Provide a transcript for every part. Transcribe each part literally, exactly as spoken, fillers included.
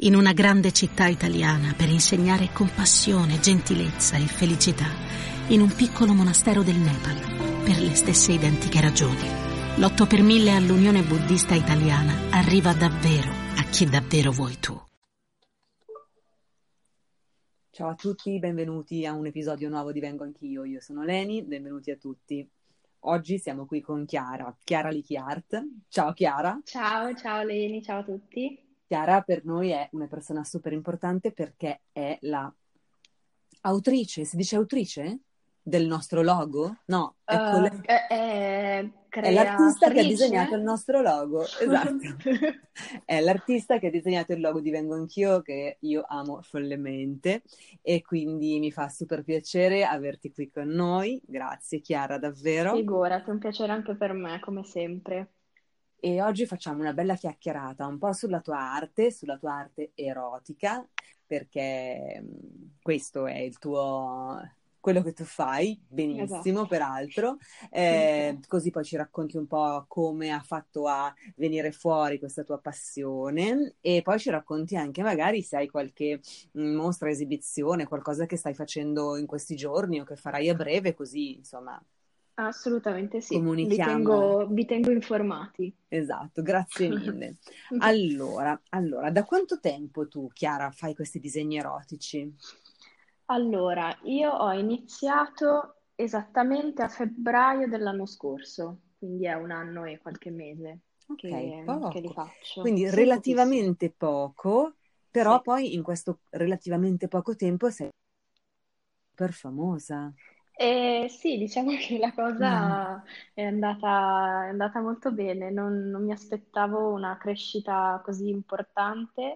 in una grande città italiana per insegnare compassione, gentilezza e felicità, in un piccolo monastero del Nepal, per le stesse identiche ragioni. L'otto per mille all'Unione Buddista Italiana arriva davvero a chi davvero vuoi tu. Ciao a tutti, benvenuti a un episodio nuovo di Vengo Anch'io. Io sono Leni, benvenuti a tutti. Oggi siamo qui con Chiara, Chiara Lichiart. Ciao Chiara. Ciao, ciao Leni, ciao a tutti. Chiara per noi è una persona super importante perché è la autrice, si dice autrice? Del nostro logo? No, è, Uh, col... è, è, è l'artista che ha disegnato il creatrice? nostro logo, esatto. È l'artista che ha disegnato il logo di Vengo Anch'io, che io amo follemente, e quindi mi fa super piacere averti qui con noi. Grazie Chiara, davvero. Figurati, è un piacere anche per me, come sempre. E oggi facciamo una bella chiacchierata un po' sulla tua arte, sulla tua arte erotica, perché questo è il tuo, quello che tu fai, benissimo, Esatto. peraltro. Eh, così poi ci racconti un po' come ha fatto a venire fuori questa tua passione e poi ci racconti anche magari se hai qualche mostra, esibizione, qualcosa che stai facendo in questi giorni o che farai a breve, così insomma. Assolutamente sì, vi Comunichiamo. tengo, vi tengo informati. Esatto, grazie mille. Allora, allora, da quanto tempo tu, Chiara, fai questi disegni erotici? Allora, io ho iniziato esattamente a febbraio dell'anno scorso, quindi è un anno e qualche mese Ok, che, poco. che li faccio. Quindi Sì, relativamente poco, però sì. poi in questo relativamente poco tempo sei super famosa. Eh, sì, diciamo che la cosa è andata, è andata molto bene, non, non mi aspettavo una crescita così importante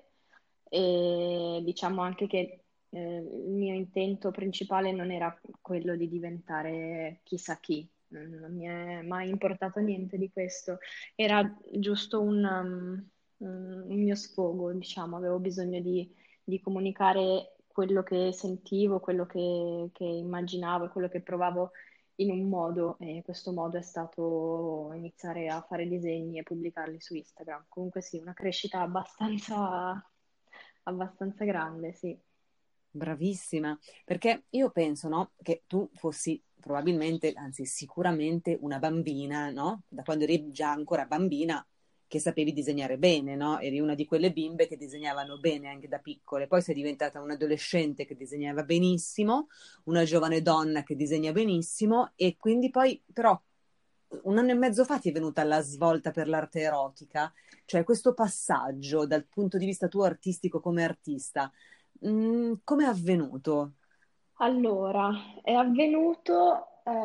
e diciamo anche che eh, il mio intento principale non era quello di diventare chissà chi, non mi è mai importato niente di questo, era giusto un, um, un mio sfogo, diciamo, avevo bisogno di di comunicare quello che sentivo, quello che, che immaginavo, quello che provavo in un modo, e questo modo è stato iniziare a fare disegni e pubblicarli su Instagram. Comunque sì, una crescita abbastanza, abbastanza grande, sì. Bravissima, perché io penso, no, che tu fossi probabilmente, anzi sicuramente una bambina, no? Da quando eri già ancora bambina, che sapevi disegnare bene, no? Eri una di quelle bimbe che disegnavano bene anche da piccole. Poi sei diventata un'adolescente che disegnava benissimo, una giovane donna che disegna benissimo e quindi poi però un anno e mezzo fa ti è venuta la svolta per l'arte erotica, cioè questo passaggio dal punto di vista tuo artistico come artista. Mm, come è avvenuto? Allora, è avvenuto eh,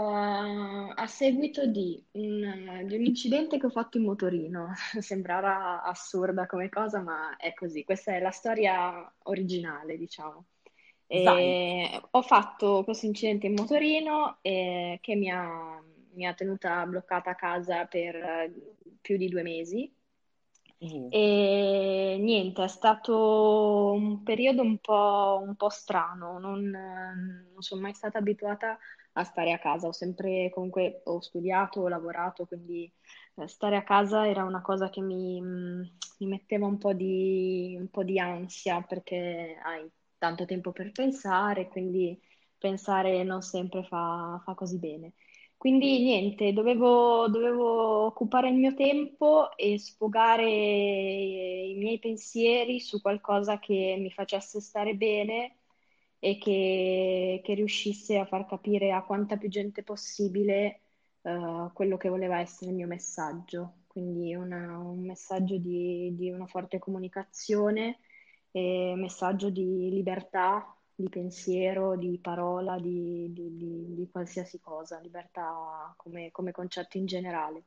a seguito di un, di un incidente che ho fatto in motorino. Sembrava assurda come cosa, ma è così. Questa è la storia originale, diciamo. Vai. E ho fatto questo incidente in motorino eh, che mi ha, mi ha tenuta bloccata a casa per eh, più di due mesi. Uh, E niente, è stato un periodo un po', un po' strano, non, non sono mai stata abituata a stare a casa, ho sempre comunque ho studiato, ho lavorato, quindi eh, stare a casa era una cosa che mi, mi metteva un po' di, un po' di ansia perché hai tanto tempo per pensare, quindi pensare non sempre fa fa così bene. Quindi niente, dovevo, dovevo occupare il mio tempo e sfogare i miei pensieri su qualcosa che mi facesse stare bene e che, che riuscisse a far capire a quanta più gente possibile eh, quello che voleva essere il mio messaggio. Quindi una- un messaggio di, di una forte comunicazione e un messaggio di libertà di pensiero, di parola, di, di- di- di qualsiasi cosa, libertà come, come concetto in generale.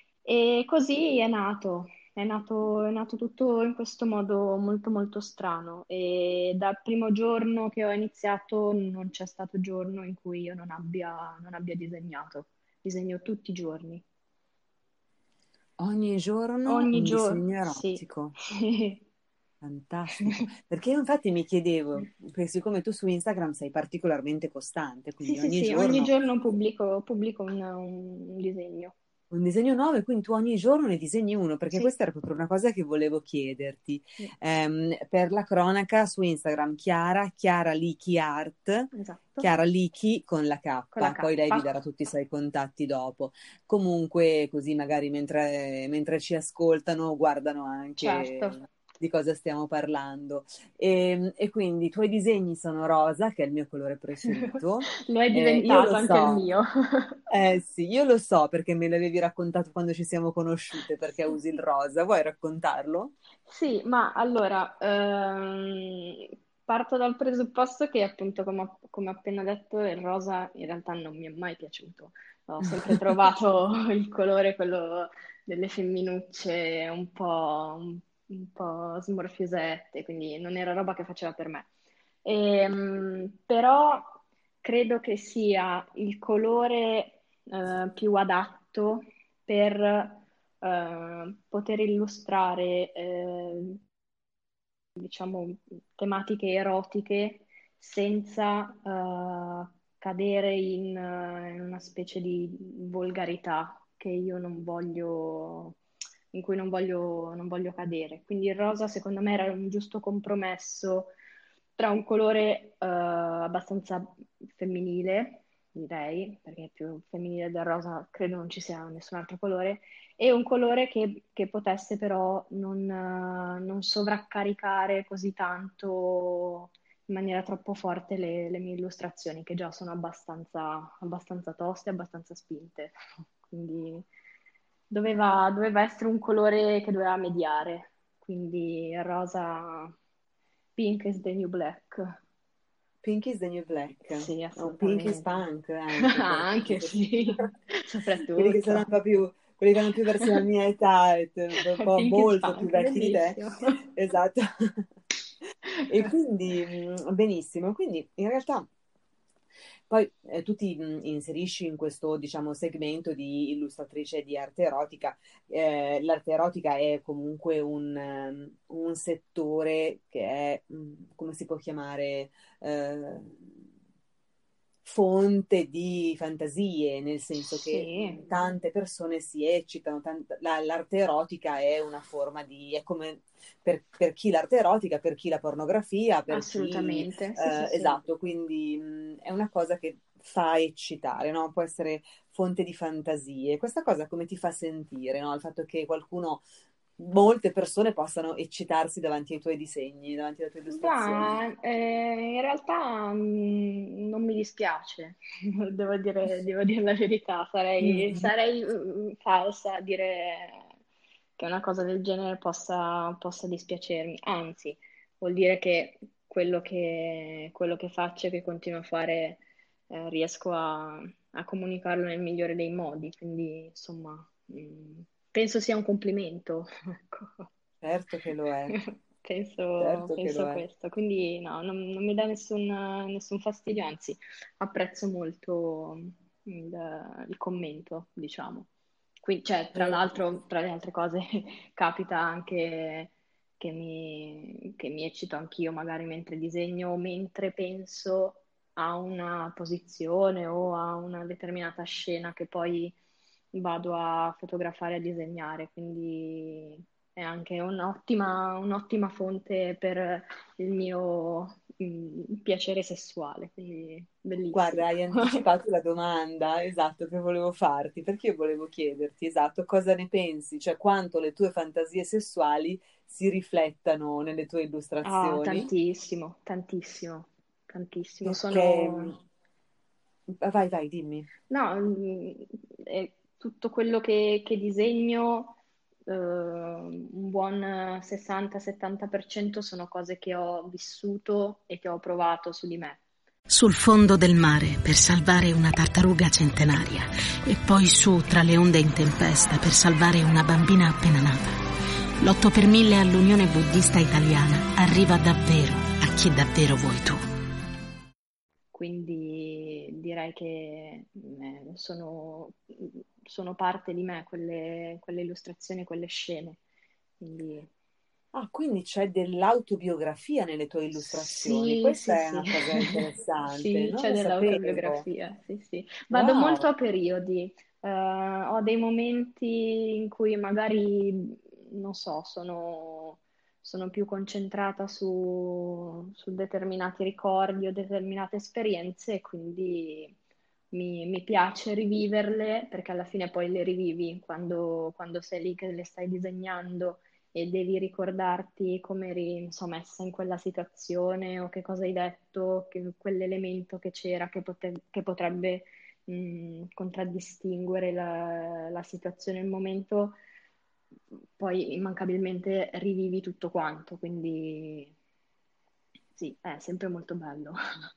E così è nato, è nato, è nato tutto in questo modo molto molto strano e dal primo giorno che ho iniziato non c'è stato giorno in cui io non abbia, non abbia disegnato. Disegno tutti i giorni. ogni giorno Ogni un giorno, disegno sì. erotico. Fantastico. Perché io infatti mi chiedevo, perché siccome tu su Instagram sei particolarmente costante, Sì, quindi sì, ogni sì, ogni giorno giorno pubblico, pubblico un, un disegno. Un disegno nuovo e quindi tu ogni giorno ne disegni uno, perché Sì, questa era proprio una cosa che volevo chiederti. sì, Ehm, per la cronaca su Instagram, Chiara, Chiara Lichi Art, esatto, Chiara Lichi con la con la K, poi lei vi K. darà tutti i suoi contatti dopo. Comunque, così magari mentre, mentre ci ascoltano, guardano Certo, anche di cosa stiamo parlando. E, e quindi i tuoi disegni sono rosa, che è il mio colore preferito. lo è Eh, io lo diventato anche il so, mio. eh sì, io lo so perché me l'avevi raccontato quando ci siamo conosciute, perché usi il rosa. Vuoi raccontarlo? Sì, ma allora ehm, parto dal presupposto che appunto come, ho come ho appena detto il rosa in realtà non mi è mai piaciuto. Ho sempre trovato il colore, quello delle femminucce, un po', un, un po' smorfiosette, quindi non era roba che faceva per me. Ehm, però credo che sia il colore eh, più adatto per eh, poter illustrare, eh, diciamo, tematiche erotiche senza eh, cadere in, eh, in una specie di volgarità che io non voglio, in cui non voglio, non voglio cadere. Quindi il rosa, secondo me, era un giusto compromesso tra un colore eh, abbastanza femminile, direi, perché più femminile del rosa credo non ci sia nessun altro colore, e un colore che, che potesse però non, eh, non sovraccaricare così tanto in maniera troppo forte le, le mie illustrazioni, che già sono abbastanza, abbastanza toste, abbastanza spinte. Quindi doveva, doveva essere un colore che doveva mediare, quindi il rosa, pink is the new black. Pink is the new black. Sì, O Pink is assolutamente. punk anche, per Anche sì, quelli che sono un soprattutto. po' più, quelli che hanno più verso la mia età, e te- un po' Pink is molto più punk, vecchi di te. bellissimo. Esatto. E quindi, mh, benissimo. Quindi in realtà poi eh, tu ti mh, inserisci in questo, diciamo, segmento di illustratrice di arte erotica. Eh, l'arte erotica è comunque un, ehm, un settore che è, mh, come si può chiamare, eh, fonte di fantasie, nel senso che Sì, mh, tante persone si eccitano, tant- la- l'arte erotica è una forma di, è come per, per chi l'arte erotica, per chi la pornografia, per chi, assolutamente. Sì, sì, eh, sì. esatto, quindi mh, è una cosa che fa eccitare, no? Può essere fonte di fantasie. Questa cosa come ti fa sentire, no? Il fatto che qualcuno, molte persone possano eccitarsi davanti ai tuoi disegni, davanti alle tue illustrazioni. Ma eh, in realtà mm, non mi dispiace, devo dire, devo dire la verità, sarei, Mhm. sarei mm, falsa a dire che una cosa del genere possa, possa dispiacermi, anzi, vuol dire che quello che, quello che faccio e che continuo a fare eh, riesco a, a comunicarlo nel migliore dei modi, quindi insomma, mm, penso sia un complimento, ecco. Certo che lo è, Penso, certo che lo penso è. questo, quindi no, non, non mi dà nessun, nessun fastidio, anzi apprezzo molto il, il commento, diciamo. Qui, cioè, tra Eh, l'altro, tra le altre cose, capita anche che mi, che mi eccito anch'io, magari mentre disegno o mentre penso a una posizione o a una determinata scena che poi vado a fotografare e a disegnare, quindi è anche un'ottima, un'ottima fonte per il mio mm, piacere sessuale, quindi Guarda, bellissimo. hai anticipato la domanda, esatto, che volevo farti, perché io volevo chiederti, esatto, cosa ne pensi, cioè quanto le tue fantasie sessuali si riflettano nelle tue Ah, illustrazioni, tantissimo, tantissimo, tantissimo. perché... Sono, Vai, vai, dimmi. no, mm, è tutto quello che, che disegno, eh, un buon sessanta-settanta per cento sono cose che ho vissuto e che ho provato su di me. Sul fondo del mare per salvare una tartaruga centenaria e poi su tra le onde in tempesta per salvare una bambina appena nata. L'otto per mille all'Unione Buddista Italiana arriva davvero a chi davvero vuoi tu. Quindi direi che eh, sono, sono parte di me quelle, quelle illustrazioni, quelle scene. Quindi Ah, quindi c'è dell'autobiografia nelle tue illustrazioni, sì, questa sì, è sì, una cosa interessante, sì, non c'è lo sapevo. dell'autobiografia, sì, sì. Vado molto Wow. a periodi. Eh, ho dei momenti in cui magari, non so, sono, sono più concentrata su, su determinati ricordi o determinate esperienze e quindi mi, mi piace riviverle perché alla fine poi le rivivi quando, quando sei lì che le stai disegnando e devi ricordarti come eri, non so, messa in quella situazione o che cosa hai detto, che- quell'elemento che c'era che pote- che potrebbe mh, contraddistinguere la, la situazione, il momento, poi immancabilmente rivivi tutto quanto, quindi sì, è sempre molto bello.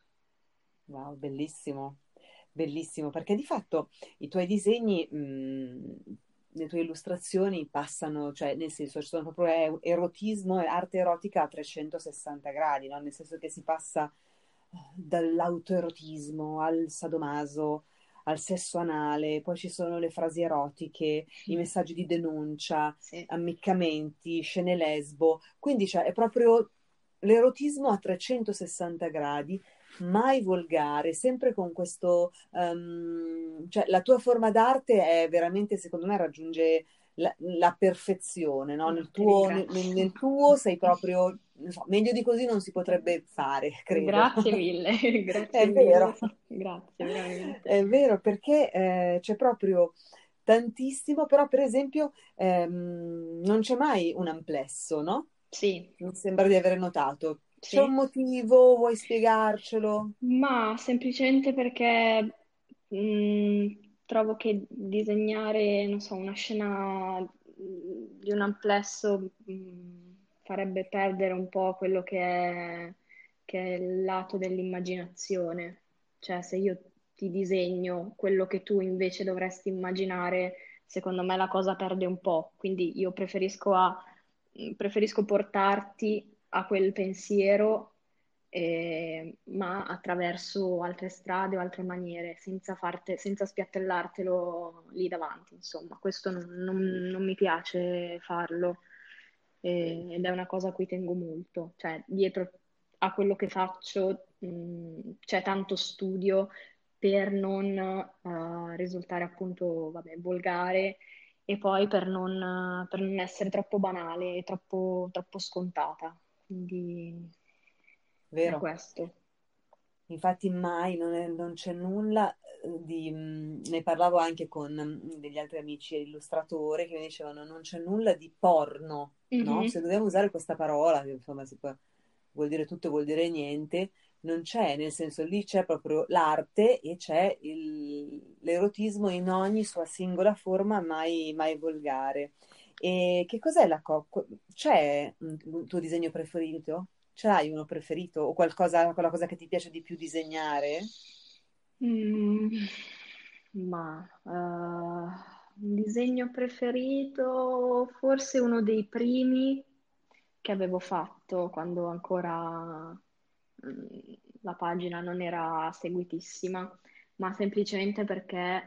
Wow, bellissimo, bellissimo, perché di fatto i tuoi disegni, mh, le tue illustrazioni passano, cioè nel senso ci sono proprio e- erotismo e arte erotica a trecentosessanta gradi, no? Nel senso che si passa eh, dall'autoerotismo al sadomaso, al sesso anale, poi ci sono le frasi erotiche, i messaggi di denuncia, Sì, ammiccamenti, scene lesbo, quindi cioè, è proprio l'erotismo a trecentosessanta gradi, mai volgare, sempre con questo, ehm, cioè la tua forma d'arte è veramente, secondo me, raggiunge la, la perfezione, no? no, Nel ti tuo, nel, ringrazio. nel tuo sei proprio, non so, meglio di così non si potrebbe fare, credo. Grazie mille, È grazie vero, mille, grazie veramente. è vero, perché eh, c'è proprio tantissimo, però per esempio ehm, non c'è mai un amplesso, no? Sì, Mi sembra di aver notato. C'è un sì. motivo? Vuoi spiegarcelo? Ma semplicemente perché mh, trovo che disegnare, non so, una scena mh, di un amplesso mh, farebbe perdere un po' quello che è, che è il lato dell'immaginazione. Cioè, se io ti disegno quello che tu invece dovresti immaginare, secondo me la cosa perde un po'. Quindi io preferisco, a- preferisco portarti a quel pensiero eh, ma attraverso altre strade o altre maniere, senza farte- senza spiattellartelo lì davanti, insomma. Questo non, non- non mi piace farlo eh, ed è una cosa a cui tengo molto. Cioè, dietro a quello che faccio mh, c'è tanto studio per non eh, risultare appunto, vabbè, volgare e poi per non, per non essere troppo banale e troppo, troppo scontata. Quindi è Vero? questo. Infatti mai non, è- non c'è nulla eh, di... mh, ne parlavo anche con mh, degli altri amici illustratori che mi dicevano non c'è nulla di porno, no? Se Mhm. dobbiamo usare questa parola, che insomma si può, vuol dire tutto, vuol dire niente, non c'è, nel senso lì c'è proprio l'arte e c'è il- l'erotismo in ogni sua singola forma, mai, mai volgare. E che cos'è la cocco? C'è un, un tuo disegno preferito? Ce l'hai uno preferito o qualcosa, quella cosa che ti piace di più disegnare? Mm, ma eh, un disegno preferito, forse uno dei primi che avevo fatto quando ancora mm, la pagina non era seguitissima, ma semplicemente perché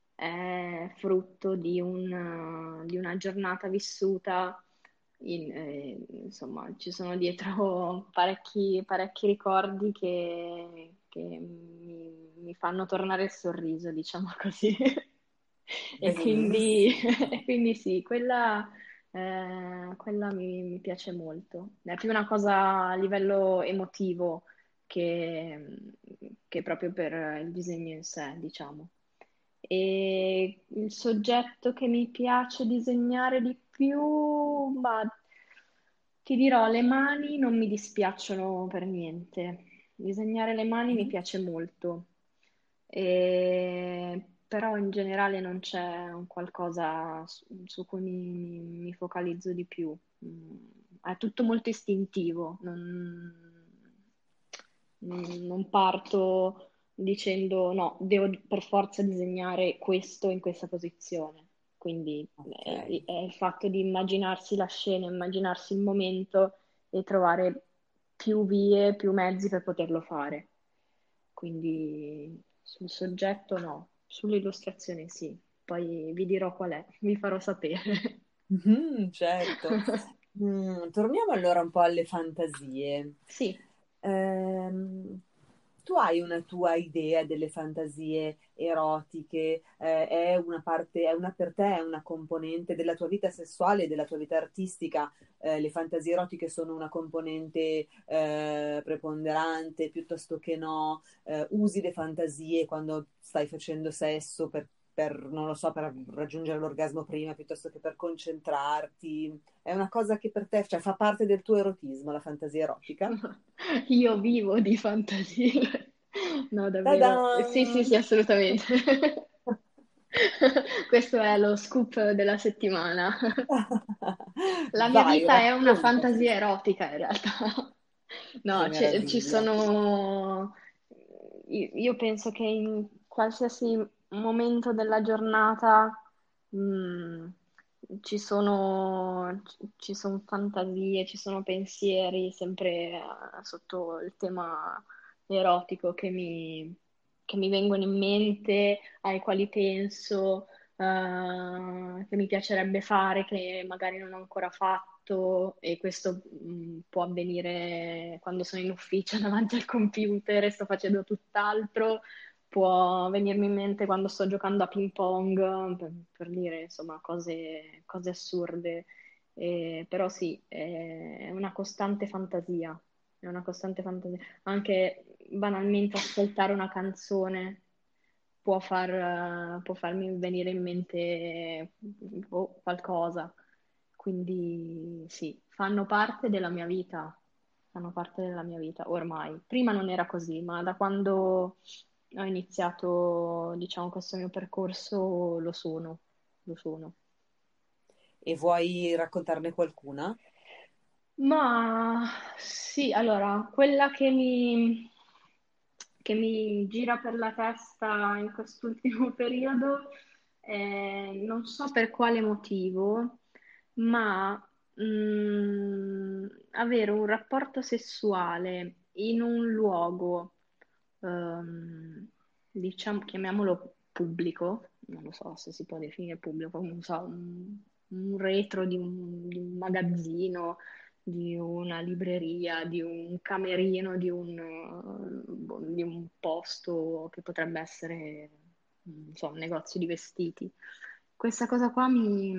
è frutto di un- di una giornata vissuta in- eh, insomma, ci sono dietro parecchi, parecchi ricordi che, che mi, mi fanno tornare il sorriso, diciamo così. E quindi, Bellissimo. e quindi sì, quella, eh, quella mi, mi piace molto. È più una cosa a livello emotivo che, che proprio per il disegno in sé, diciamo. E il soggetto che mi piace disegnare di più, ma ti dirò, le mani non mi dispiacciono per niente. Disegnare le mani mi Mhm. piace molto. E- Però in generale non c'è un qualcosa su, su cui mi, mi focalizzo di più. Mm, È tutto molto istintivo, non, non- non parto dicendo no, devo per forza disegnare questo in questa posizione. Quindi Ok, eh, è il fatto di immaginarsi la scena, immaginarsi il momento e trovare più vie, più mezzi per poterlo fare. Quindi sul soggetto no, sull'illustrazione sì. Poi vi dirò qual è, vi farò sapere. Mhm, certo. Mm, torniamo allora un po' alle fantasie. Sì. Ehm, tu hai una tua idea delle fantasie erotiche? Eh, è una parte, è una per te, è una componente della tua vita sessuale e della tua vita artistica? Eh, le fantasie erotiche sono una componente eh, preponderante piuttosto che no? Eh, usi le fantasie quando stai facendo sesso per, per, non lo so, per raggiungere l'orgasmo prima piuttosto che per concentrarti? È una cosa che per te, cioè, fa parte del tuo erotismo, la fantasia erotica? Io vivo di fantasie. No, davvero. Sì, sì, Ta-da! sì, assolutamente. Questo è lo scoop della settimana. La mia Vai, vita è una raccontaci. fantasia erotica in realtà. Che No, ci, ci meraviglia. sono... Io io penso che in qualsiasi momento della giornata mm, ci sono, ci sono fantasie, ci sono pensieri, sempre eh, sotto il tema erotico che mi, che mi vengono in mente, ai quali penso eh, che mi piacerebbe fare, che magari non ho ancora fatto, e questo mh, può avvenire quando sono in ufficio davanti al computer e sto facendo tutt'altro, può venirmi in mente quando sto giocando a ping pong, per, per dire insomma cose, cose assurde. Eh, però sì, è una costante fantasia, è una costante fantasia. Anche banalmente ascoltare una canzone può far, può farmi venire in mente boh, qualcosa. Quindi sì, fanno parte della mia vita, fanno parte della mia vita ormai. Prima non era così, ma da quando ho iniziato, diciamo, questo mio percorso lo sono, lo sono. E vuoi raccontarne qualcuna? Ma sì, allora, quella che mi, che mi gira per la testa in quest'ultimo periodo, eh, non so per quale motivo, ma mm, avere un rapporto sessuale in un luogo, ehm, diciamo, chiamiamolo pubblico, non lo so se si può definire pubblico, non so, un, un retro di un, di un magazzino, di una libreria, di un camerino, di un, eh, boh, di un posto che potrebbe essere, non so, un negozio di vestiti. Questa cosa qua mi,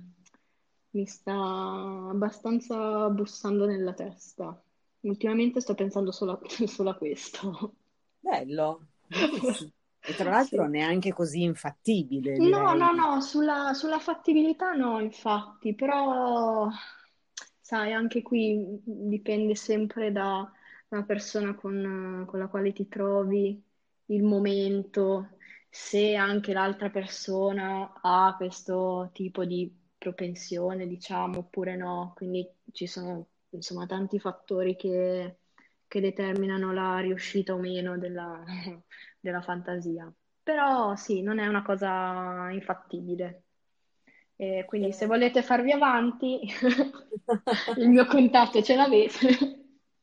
mi sta abbastanza bussando nella testa. Ultimamente sto pensando solo a, solo a questo. Bello, bellissimo. E tra l'altro Sì. neanche così infattibile, No, direi. no, no, sulla, sulla fattibilità no, infatti, però sai, anche qui dipende sempre da una persona con, con la quale ti trovi, il momento, se anche l'altra persona ha questo tipo di propensione, diciamo, oppure no. Quindi ci sono, insomma, tanti fattori che, che determinano la riuscita o meno della della fantasia. Però sì, non è una cosa infattibile. E quindi se Eh, volete farvi avanti, il mio contatto ce l'avete.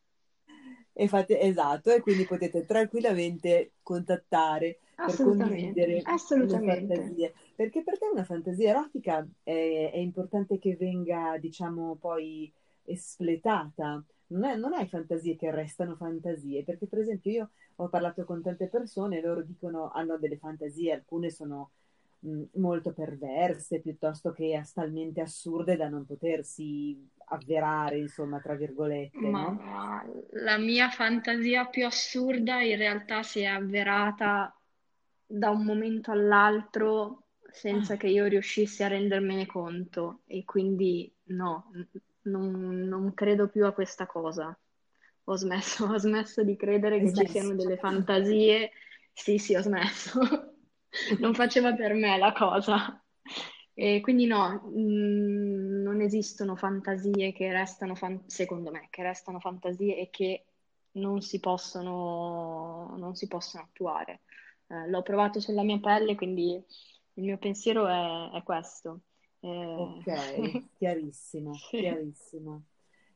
E fate, esatto, e quindi potete tranquillamente contattare per Assolutamente, condividere le assolutamente. fantasie. Perché per te una fantasia erotica è, è importante che venga, diciamo, poi espletata. Non è- non hai fantasie che restano fantasie, perché per esempio io ho parlato con tante persone e loro dicono hanno delle fantasie, alcune sono mh, molto perverse, piuttosto che as- talmente assurde da non potersi avverare, insomma, tra virgolette, no? Ma la mia fantasia più assurda in realtà si è avverata da un momento all'altro senza che io riuscissi a rendermene conto e quindi no, n- non, non credo più a questa cosa. Ho smesso, ho smesso di credere Hai che ci smesso? siano delle fantasie. Sì, sì, ho smesso. Non faceva per me la cosa. E quindi no, mh, non esistono fantasie che restano, fan- secondo me, che restano fantasie e che non si possono, non si possono attuare. Eh, l'ho provato sulla mia pelle, quindi il mio pensiero è, è questo. Eh, Ok, chiarissimo, sì, chiarissimo.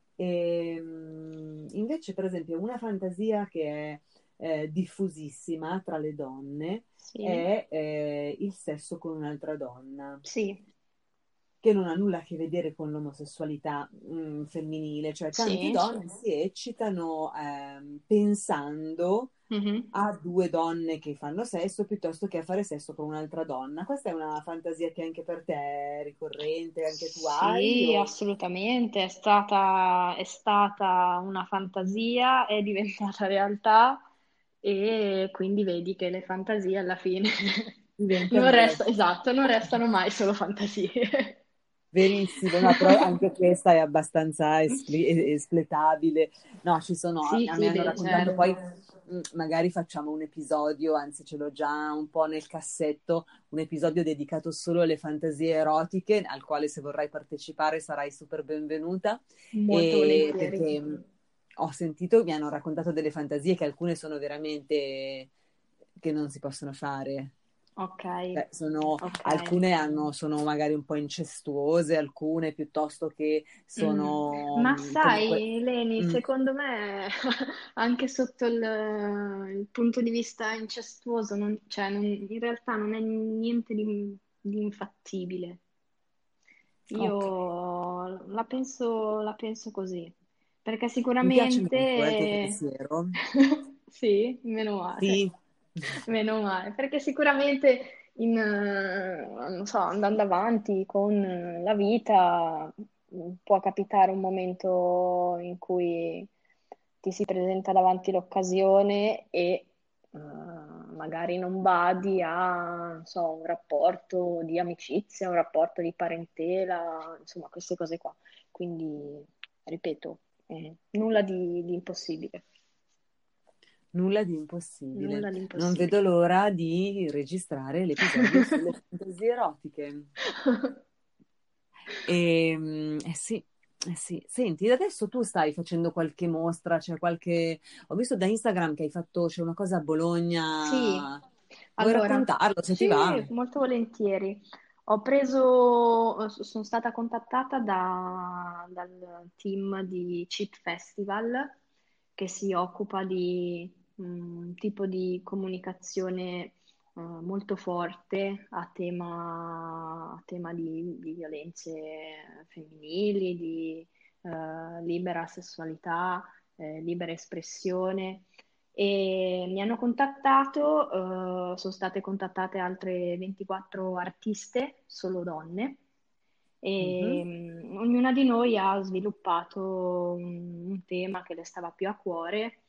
E, invece, per esempio, una fantasia che è eh, diffusissima tra le donne sì, è eh, il sesso con un'altra donna. sì. che non ha nulla a che vedere con l'omosessualità mh, femminile, cioè tante Sì. donne si eccitano ehm, pensando Mhm. a due donne che fanno sesso piuttosto che a fare sesso con un'altra donna. Questa è una fantasia che anche per te è ricorrente, anche tu hai? Sì, O... assolutamente, è stata, è stata una fantasia, è diventata realtà e quindi vedi che le fantasie alla fine non Diventano resta- realtà. esatto, non restano mai solo fantasie. Verissimo, no, però anche questa è abbastanza espli- es- espletabile. No, ci sono, a Sì, a me sì, hanno beh, raccontato poi, certo. mh, magari facciamo un episodio, anzi ce l'ho già un po' nel cassetto, un episodio dedicato solo alle fantasie erotiche, al quale se vorrai partecipare sarai super benvenuta, Molto e volentieri. perché mh, ho sentito, mi hanno raccontato delle fantasie che alcune sono veramente che non si possono fare. Ok, Cioè, sono, ok. alcune hanno, sono magari un po' incestuose, alcune piuttosto che Mm. sono Ma mh, comunque... sai, Leni, mm, secondo me anche sotto il, il punto di vista incestuoso, non- cioè, non- in realtà non è niente di, di infattibile. ok, Io la penso, la penso così, perché mi piace molto eh, il tuo sicuramente, pensiero. sì, meno male, Sì, meno male, perché sicuramente in, eh, non so, andando avanti con eh, la vita mh, può capitare un momento in cui ti si presenta davanti l'occasione e eh, magari non badi a, non so, un rapporto di amicizia, un rapporto di parentela, insomma, queste cose qua. Quindi, ripeto, eh, nulla di, di impossibile, nulla di impossibile. nulla di Non impossibile. vedo l'ora di registrare l'episodio sulle fantasie erotiche. E, mm, eh sì, eh sì. Senti, adesso tu stai facendo qualche mostra, c'è qualche... Ho visto da Instagram che hai fatto, c'è una cosa a Sì, Bologna. Vuoi allora, raccontarlo se sì, ti va? molto volentieri. Ho preso, sono stata contattata da- dal team di Cheat Festival che si occupa di un tipo di comunicazione eh, molto forte a tema, a tema di, di violenze femminili, di eh, libera sessualità, eh, libera espressione e mi hanno contattato, eh, sono state contattate altre ventiquattro artiste, solo donne, e Mhm. mm, ognuna di noi ha sviluppato un, un tema che le stava più a cuore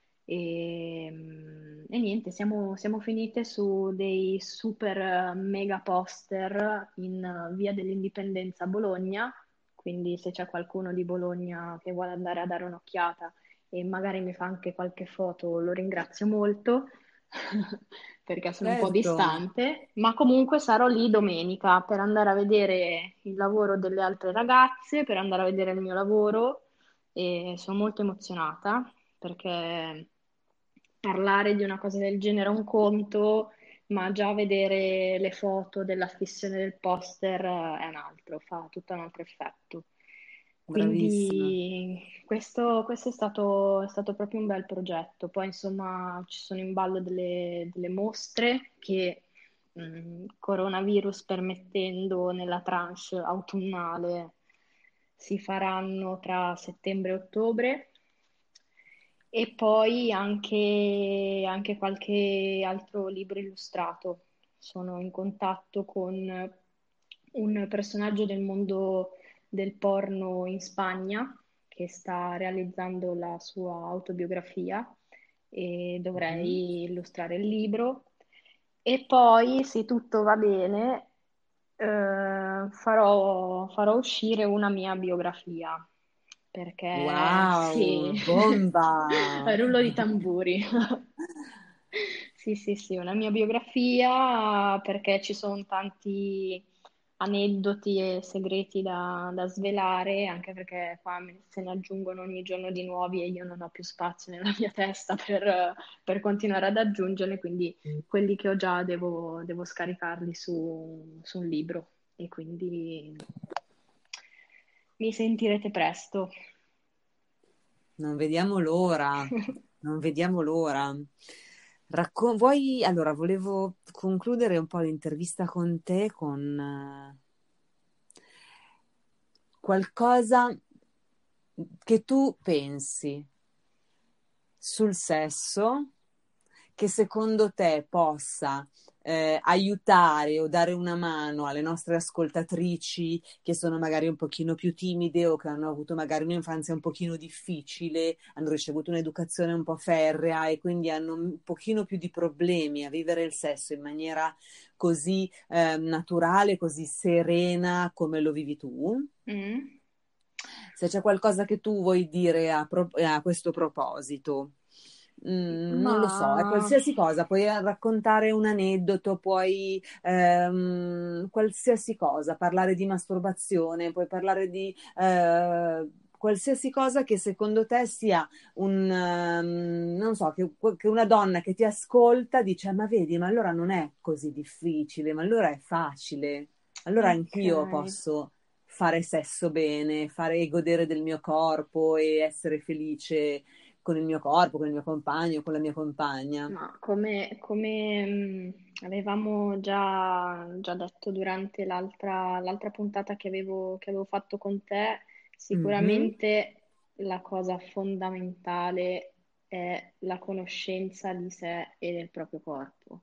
e, mm, e niente, siamo, siamo finite su dei super eh, mega poster in eh, Via dell'Indipendenza a Bologna, quindi se c'è qualcuno di Bologna che vuole andare a dare un'occhiata e magari mi fa anche qualche foto, lo ringrazio molto perché sono un po' Certo. distante, ma comunque sarò lì domenica per andare a vedere il lavoro delle altre ragazze, per andare a vedere il mio lavoro e sono molto emozionata perché parlare di una cosa del genere è un conto, ma già vedere le foto della sessione del poster eh, è un altro, fa tutto un altro effetto. Bravissima. Quindi questo, questo è stato, è stato proprio un bel progetto. Poi insomma ci sono in ballo delle, delle mostre che mh, coronavirus permettendo nella tranche autunnale si faranno tra settembre e ottobre e poi anche, anche qualche altro libro illustrato. Sono in contatto con un personaggio del mondo del porno in Spagna che sta realizzando la sua autobiografia e Mhm. dovrei illustrare il libro. E poi, se tutto va bene, eh, farò, farò uscire una mia biografia, perché sì, Wow, bomba! rullo di tamburi. Sì, sì, sì, una mia biografia perché ci sono tanti aneddoti e segreti da, da svelare, anche perché qua me- se ne aggiungono ogni giorno di nuovi e io non ho più spazio nella mia testa per, per continuare ad aggiungerne, quindi quelli che ho già devo, devo scaricarli su, su un libro e quindi mi sentirete presto. Non vediamo l'ora, non vediamo l'ora. Racco- vuoi... Allora, volevo concludere un po' l'intervista con te con, eh, qualcosa che tu pensi sul sesso che secondo te possa eh, aiutare o dare una mano alle nostre ascoltatrici che sono magari un pochino più timide o che hanno avuto magari un'infanzia un pochino difficile, hanno ricevuto un'educazione un po' ferrea e quindi hanno un pochino più di problemi a vivere il sesso in maniera così eh, naturale, così serena come lo vivi tu? Mm. Se c'è qualcosa che tu vuoi dire a, pro- a questo proposito. Mm, non lo so, è Ma qualsiasi cosa, puoi raccontare un aneddoto, puoi ehm, qualsiasi cosa, parlare di masturbazione, puoi parlare di eh, qualsiasi cosa che secondo te sia un, ehm, non so, che, che una donna che ti ascolta dice, ma vedi, ma allora non è così difficile, ma allora è facile, allora ok. anch'io posso fare sesso bene, fare godere del mio corpo e essere felice con il mio corpo, con il mio compagno, con la mia compagna. Ma come, come, mh, avevamo già, già detto durante l'altra l'altra puntata che avevo, che avevo fatto con te, Mhm. sicuramente la cosa fondamentale è la conoscenza di sé e del proprio corpo.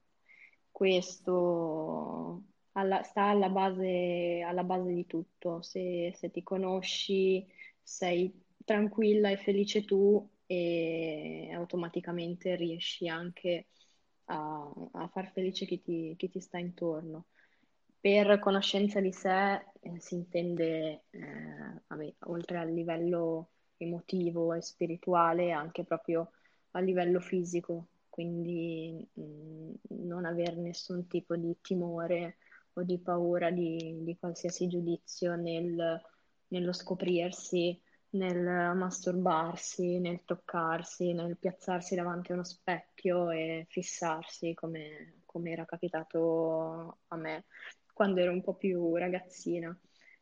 Questo alla- sta alla base, alla base di tutto. Se, se ti conosci, sei tranquilla e felice tu e automaticamente riesci anche a, a far felice chi ti, chi ti sta intorno. Per conoscenza di sé eh, si intende, eh, vabbè, oltre al livello emotivo e spirituale, anche proprio a livello fisico, quindi mh, non avere nessun tipo di timore o di paura di, di qualsiasi giudizio nel- nello scoprirsi, nel masturbarsi, nel toccarsi, nel piazzarsi davanti a uno specchio e fissarsi come, come era capitato a me quando ero un po' più ragazzina.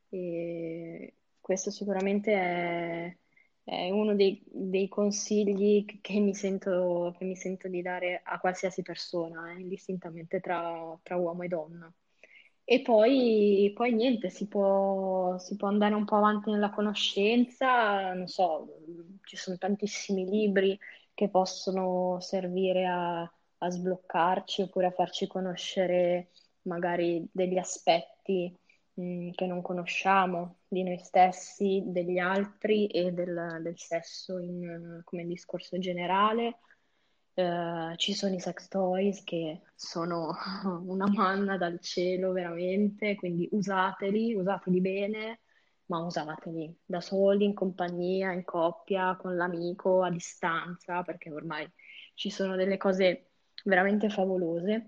E questo sicuramente è, è uno dei, dei consigli che che mi sento, che mi sento di dare a qualsiasi persona, eh, indistintamente tra, tra uomo e donna. E poi, poi niente, si può, si può andare un po' avanti nella conoscenza, non so, ci sono tantissimi libri che possono servire a, a sbloccarci oppure a farci conoscere magari degli aspetti mh, che non conosciamo di noi stessi, degli altri e del, del sesso in- come discorso generale. Eh, ci sono i sex toys che sono una manna dal cielo veramente, quindi usateli, usateli bene, ma usateli da soli, in compagnia, in coppia, con l'amico, a distanza, perché ormai ci sono delle cose veramente favolose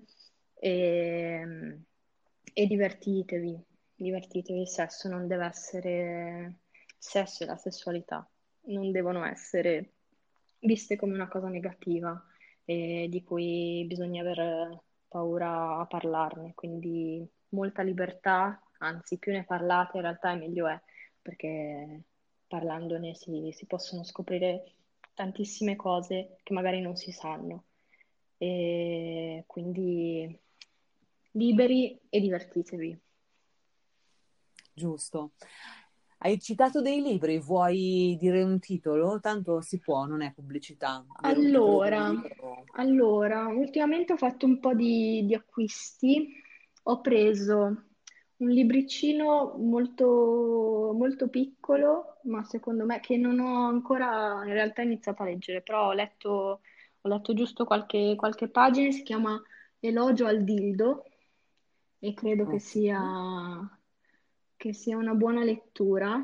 e, e divertitevi, divertitevi, il sesso non deve essere, il sesso e la sessualità non devono essere viste come una cosa negativa e di cui bisogna aver paura a parlarne, quindi molta libertà, anzi più ne parlate in realtà e meglio è, perché parlandone si, si possono scoprire tantissime cose che magari non si sanno. E quindi liberi e divertitevi. Giusto. Hai citato dei libri, vuoi dire un titolo? Tanto si può, non è pubblicità, dire un titolo di un Allora, libro. allora, ultimamente ho fatto un po' di, di acquisti. Ho preso un libricino molto, molto piccolo, ma secondo me che non ho ancora in realtà iniziato a leggere, però ho letto, ho letto giusto qualche, qualche pagina, si chiama Elogio al dildo e credo che Ok. sia, che sia una buona lettura.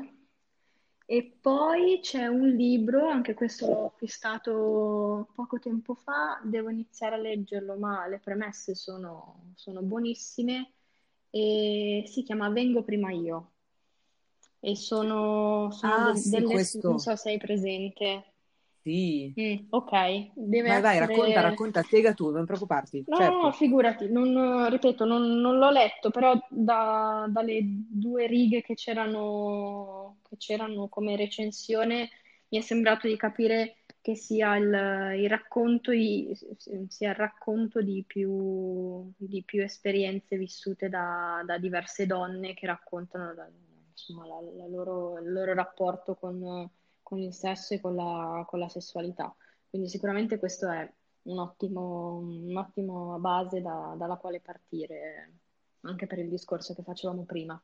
E poi c'è un libro, anche questo l'ho acquistato poco tempo fa, devo iniziare a leggerlo, ma le premesse sono, sono buonissime e si chiama Vengo prima io e sono, sono Ah, de- sì, delle, non questo. so se hai presente. Sì. Mm, ok, deve Vai, vai, racconta, essere. racconta, spiega tu, non preoccuparti. No, no, no, Certo. figurati, non, ripeto, non, non l'ho letto, però da- dalle due righe che c'erano che c'erano come recensione mi è sembrato di capire che sia il, il racconto, di- sia il racconto di più, di più esperienze vissute da, da diverse donne che raccontano la, insomma, la, la loro, il loro rapporto con, con il sesso e con la, con la sessualità. Quindi sicuramente questo è un ottimo, un'ottima base da- dalla quale partire, anche per il discorso che facevamo prima.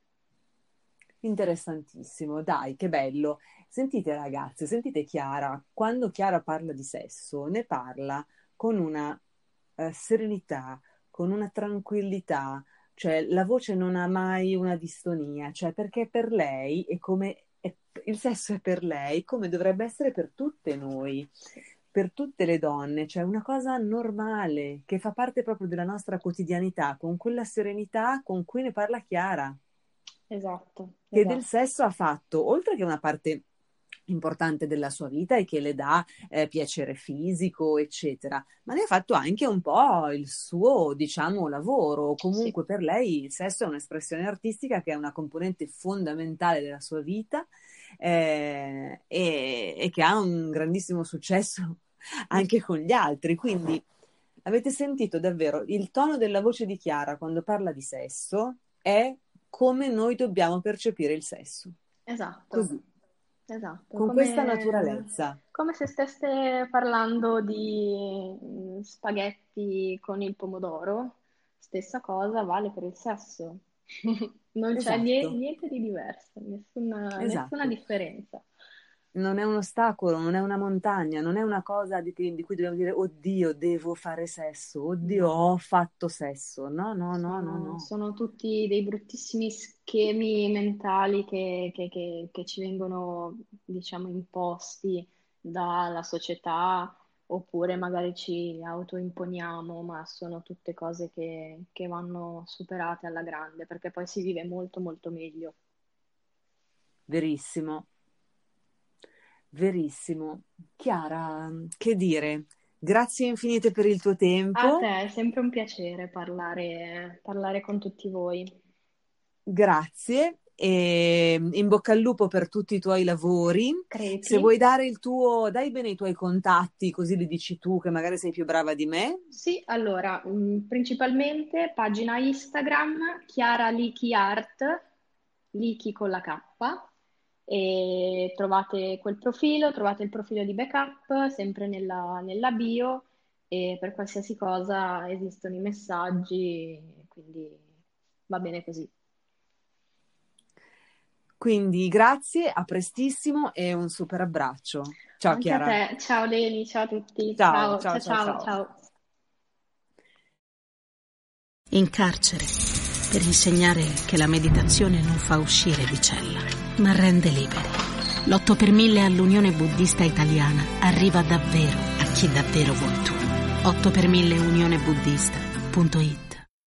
Interessantissimo, dai, che bello. Sentite ragazze, sentite Chiara, quando Chiara parla di sesso, ne parla con una eh, serenità, con una tranquillità, cioè la voce non ha mai una distonia, cioè perché per lei è come è- il sesso è per lei come dovrebbe essere per tutte noi, per tutte le donne, cioè una cosa normale che fa parte proprio della nostra quotidianità, con quella serenità con cui ne parla Chiara, Esatto, che del esatto. sesso ha fatto, oltre che una parte importante della sua vita e che le dà eh, piacere fisico, eccetera, ma ne ha fatto anche un po' il suo, diciamo, lavoro. Sì, Comunque per lei il sesso è un'espressione artistica che è una componente fondamentale della sua vita eh, e, e che ha un grandissimo successo anche con gli altri. Quindi avete sentito davvero il tono della voce di Chiara quando parla di sesso è come noi dobbiamo percepire il sesso. esatto, Così, esatto. con questa Come, naturalezza. come se stesse parlando di mm, spaghetti con il pomodoro, stessa cosa vale per il sesso. Non c'è nie- Esatto, niente di diverso, nessuna, nessuna esatto. differenza. Non è un ostacolo, non è una montagna, non è una cosa di, cui di cui dobbiamo dire, oddio, devo fare sesso, oddio, No. ho fatto sesso. No, no, no, no, Sono, no. sono tutti dei bruttissimi schemi mentali che, che- che- che ci vengono, diciamo, imposti dalla società, oppure magari ci autoimponiamo, ma sono tutte cose che, che vanno superate alla grande, perché poi si vive molto molto meglio. Verissimo, verissimo. Chiara, che dire? Grazie infinite per il tuo A tempo. te è sempre un piacere parlare, parlare con tutti voi. Grazie e in bocca al lupo per tutti i tuoi lavori. Se Crepi? vuoi dare il tuo, dai bene i tuoi contatti, così li dici tu, che magari sei più brava di me. Sì, allora, mh, principalmente pagina Instagram, Chiara Liki Art, Liki con la K, e trovate quel profilo, trovate il profilo di Backup, sempre nella, nella bio, e per qualsiasi cosa esistono i messaggi, quindi va bene così. Quindi grazie, a prestissimo e un super abbraccio. Ciao Anche a Chiara. te, ciao Leni, ciao a tutti, Ciao, ciao, ciao, ciao, ciao, ciao, ciao. ciao. In carcere, per insegnare che la meditazione non fa uscire di cella, ma rende liberi. L'otto per mille all'Unione Buddista Italiana arriva davvero a chi davvero vuoi tu. otto per mille unionebuddista punto it